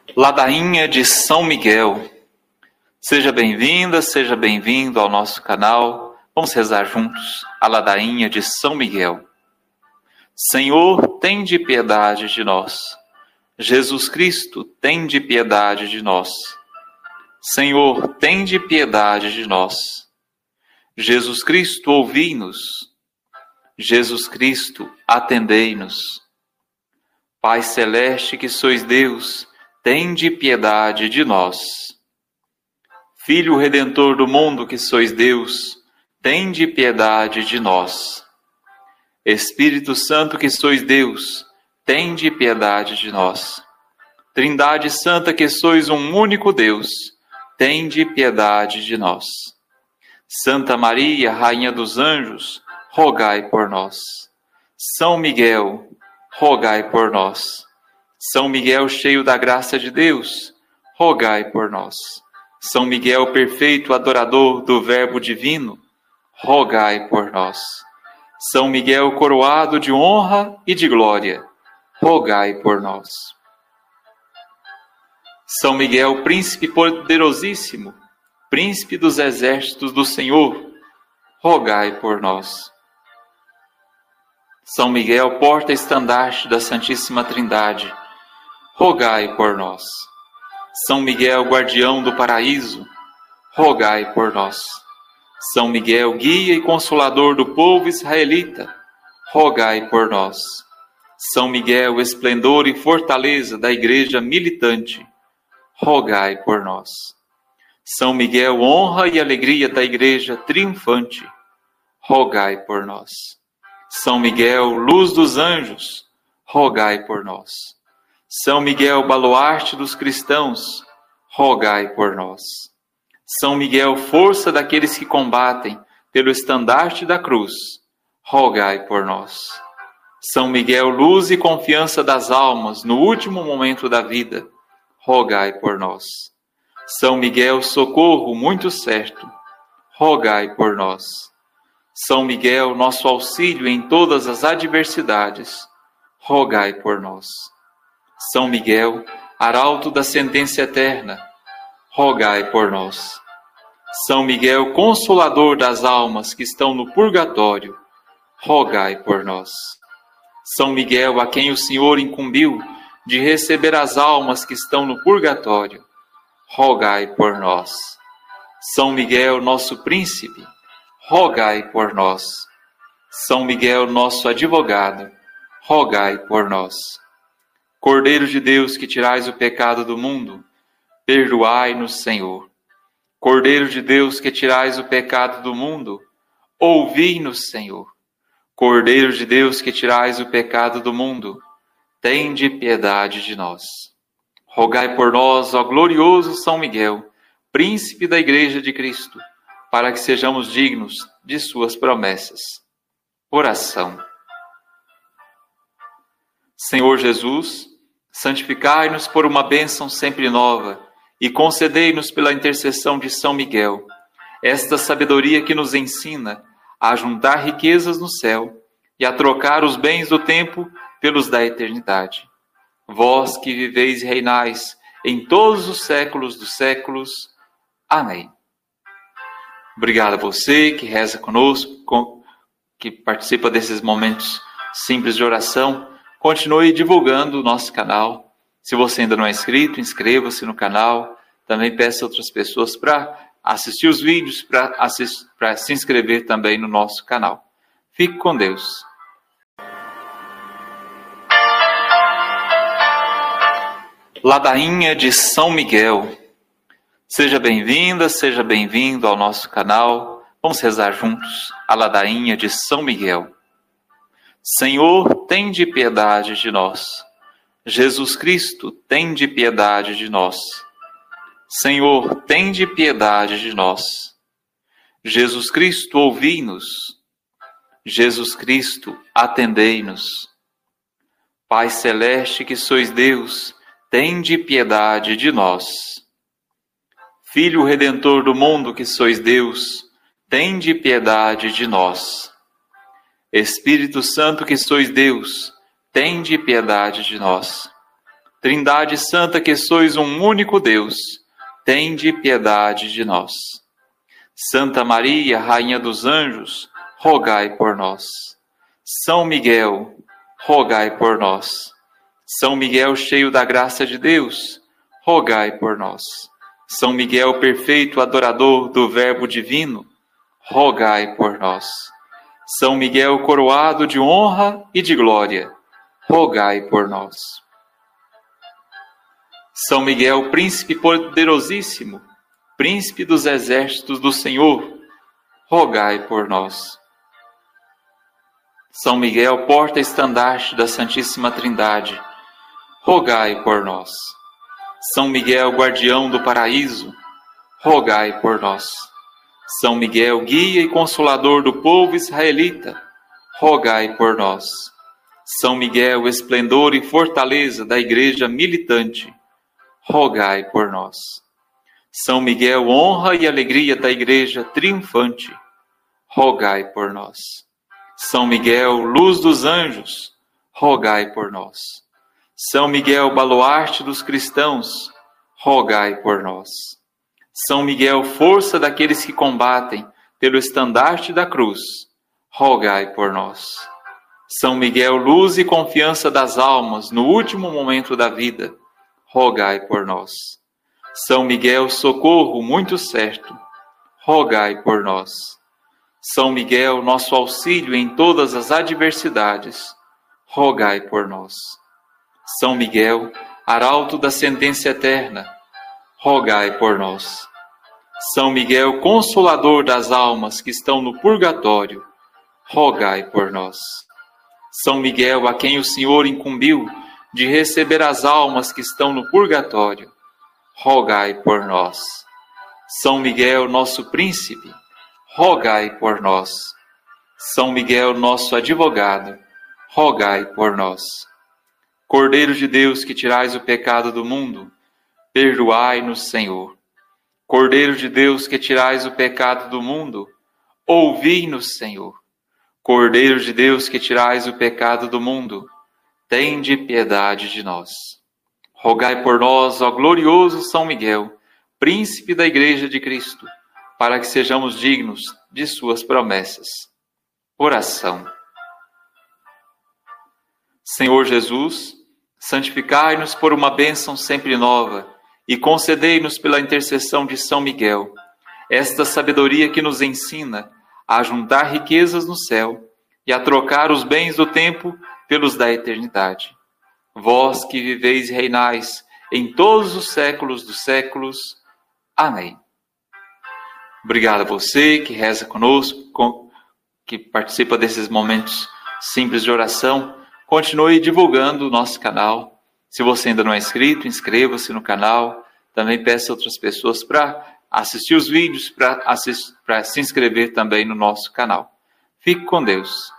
Ladainha de São Miguel. Seja bem-vinda, seja bem-vindo ao nosso canal. Vamos rezar juntos a ladainha de São Miguel. Senhor, tende piedade de nós. Jesus Cristo, tende piedade de nós. Senhor, tende piedade de nós. Jesus Cristo, ouvi-nos. Jesus Cristo, atendei-nos. Pai celeste que sois Deus, tende piedade de nós. Filho Redentor do mundo que sois Deus, tende piedade de nós. Espírito Santo que sois Deus, tende piedade de nós. Trindade Santa que sois um único Deus, tende piedade de nós. Santa Maria, Rainha dos Anjos, rogai por nós. São Miguel, rogai por nós. São Miguel, cheio da graça de Deus, rogai por nós. São Miguel, perfeito adorador do Verbo divino, rogai por nós. São Miguel, coroado de honra e de glória, rogai por nós. São Miguel, príncipe poderosíssimo, príncipe dos exércitos do Senhor, rogai por nós. São Miguel, porta-estandarte da Santíssima Trindade, rogai por nós. São Miguel, guardião do paraíso, rogai por nós. São Miguel, guia e consolador do povo israelita, rogai por nós. São Miguel, esplendor e fortaleza da igreja militante, rogai por nós. São Miguel, honra e alegria da igreja triunfante, rogai por nós. São Miguel, luz dos anjos, rogai por nós. São Miguel, baluarte dos cristãos, rogai por nós. São Miguel, força daqueles que combatem pelo estandarte da cruz, rogai por nós. São Miguel, luz e confiança das almas no último momento da vida, rogai por nós. São Miguel, socorro muito certo, rogai por nós. São Miguel, nosso auxílio em todas as adversidades, rogai por nós. São Miguel, arauto da sentença eterna, rogai por nós. São Miguel, consolador das almas que estão no purgatório, rogai por nós. São Miguel, a quem o Senhor incumbiu de receber as almas que estão no purgatório, rogai por nós. São Miguel, nosso príncipe, rogai por nós. São Miguel, nosso advogado, rogai por nós. Cordeiro de Deus, que tirais o pecado do mundo, perdoai-nos, Senhor. Cordeiro de Deus, que tirais o pecado do mundo, ouvi-nos, Senhor. Cordeiro de Deus, que tirais o pecado do mundo, tende piedade de nós. Rogai por nós, ó glorioso São Miguel, príncipe da Igreja de Cristo, para que sejamos dignos de suas promessas. Oração. Senhor Jesus, santificai-nos por uma bênção sempre nova e concedei-nos pela intercessão de São Miguel esta sabedoria que nos ensina a juntar riquezas no céu e a trocar os bens do tempo pelos da eternidade. Vós que viveis e reinais em todos os séculos dos séculos. Amém. Obrigado a você que reza conosco, que participa desses momentos simples de oração. Continue divulgando o nosso canal. Se você ainda não é inscrito, inscreva-se no canal. Também peça a outras pessoas para assistir os vídeos, para se inscrever também no nosso canal. Fique com Deus. Ladainha de São Miguel. Seja bem-vinda, seja bem-vindo ao nosso canal. Vamos rezar juntos a ladainha de São Miguel. Senhor, tende piedade de nós. Jesus Cristo, tende piedade de nós. Senhor, tende piedade de nós. Jesus Cristo, ouvi-nos. Jesus Cristo, atendei-nos. Pai celeste que sois Deus, tende piedade de nós. Filho Redentor do mundo que sois Deus, tende piedade de nós. Espírito Santo que sois Deus, tende piedade de nós. Trindade Santa, que sois um único Deus, tende piedade de nós. Santa Maria, Rainha dos Anjos, rogai por nós. São Miguel, rogai por nós. São Miguel, cheio da graça de Deus, rogai por nós. São Miguel, perfeito adorador do Verbo divino, rogai por nós. São Miguel, coroado de honra e de glória, rogai por nós. São Miguel, príncipe poderosíssimo, príncipe dos exércitos do Senhor, rogai por nós. São Miguel, porta-estandarte da Santíssima Trindade, rogai por nós. São Miguel, guardião do paraíso, rogai por nós. São Miguel, guia e consolador do povo israelita, rogai por nós. São Miguel, esplendor e fortaleza da Igreja militante, rogai por nós. São Miguel, honra e alegria da Igreja triunfante, rogai por nós. São Miguel, luz dos anjos, rogai por nós. São Miguel, baluarte dos cristãos, rogai por nós. São Miguel, força daqueles que combatem pelo estandarte da cruz, rogai por nós. São Miguel, luz e confiança das almas no último momento da vida, rogai por nós. São Miguel, socorro muito certo, rogai por nós. São Miguel, nosso auxílio em todas as adversidades, rogai por nós. São Miguel, arauto da sentença eterna, rogai por nós. São Miguel, consolador das almas que estão no purgatório, rogai por nós. São Miguel, a quem o Senhor incumbiu de receber as almas que estão no purgatório, rogai por nós. São Miguel, nosso príncipe, rogai por nós. São Miguel, nosso advogado, rogai por nós. Cordeiro de Deus, que tirais o pecado do mundo, perdoai-nos, Senhor. Cordeiro de Deus, que tirais o pecado do mundo, ouvi-nos, Senhor. Cordeiro de Deus, que tirais o pecado do mundo, tende piedade de nós. Rogai por nós, ó glorioso São Miguel, príncipe da Igreja de Cristo, para que sejamos dignos de suas promessas. Oração. Senhor Jesus, santificai-nos por uma bênção sempre nova e concedei-nos pela intercessão de São Miguel esta sabedoria que nos ensina a juntar riquezas no céu e a trocar os bens do tempo pelos da eternidade. Vós que viveis e reinais em todos os séculos dos séculos. Amém. Obrigado a você que reza conosco, que participa desses momentos simples de oração. Continue divulgando o nosso canal. Se você ainda não é inscrito, inscreva-se no canal. Também peça a outras pessoas para assistir os vídeos, para se inscrever também no nosso canal. Fique com Deus.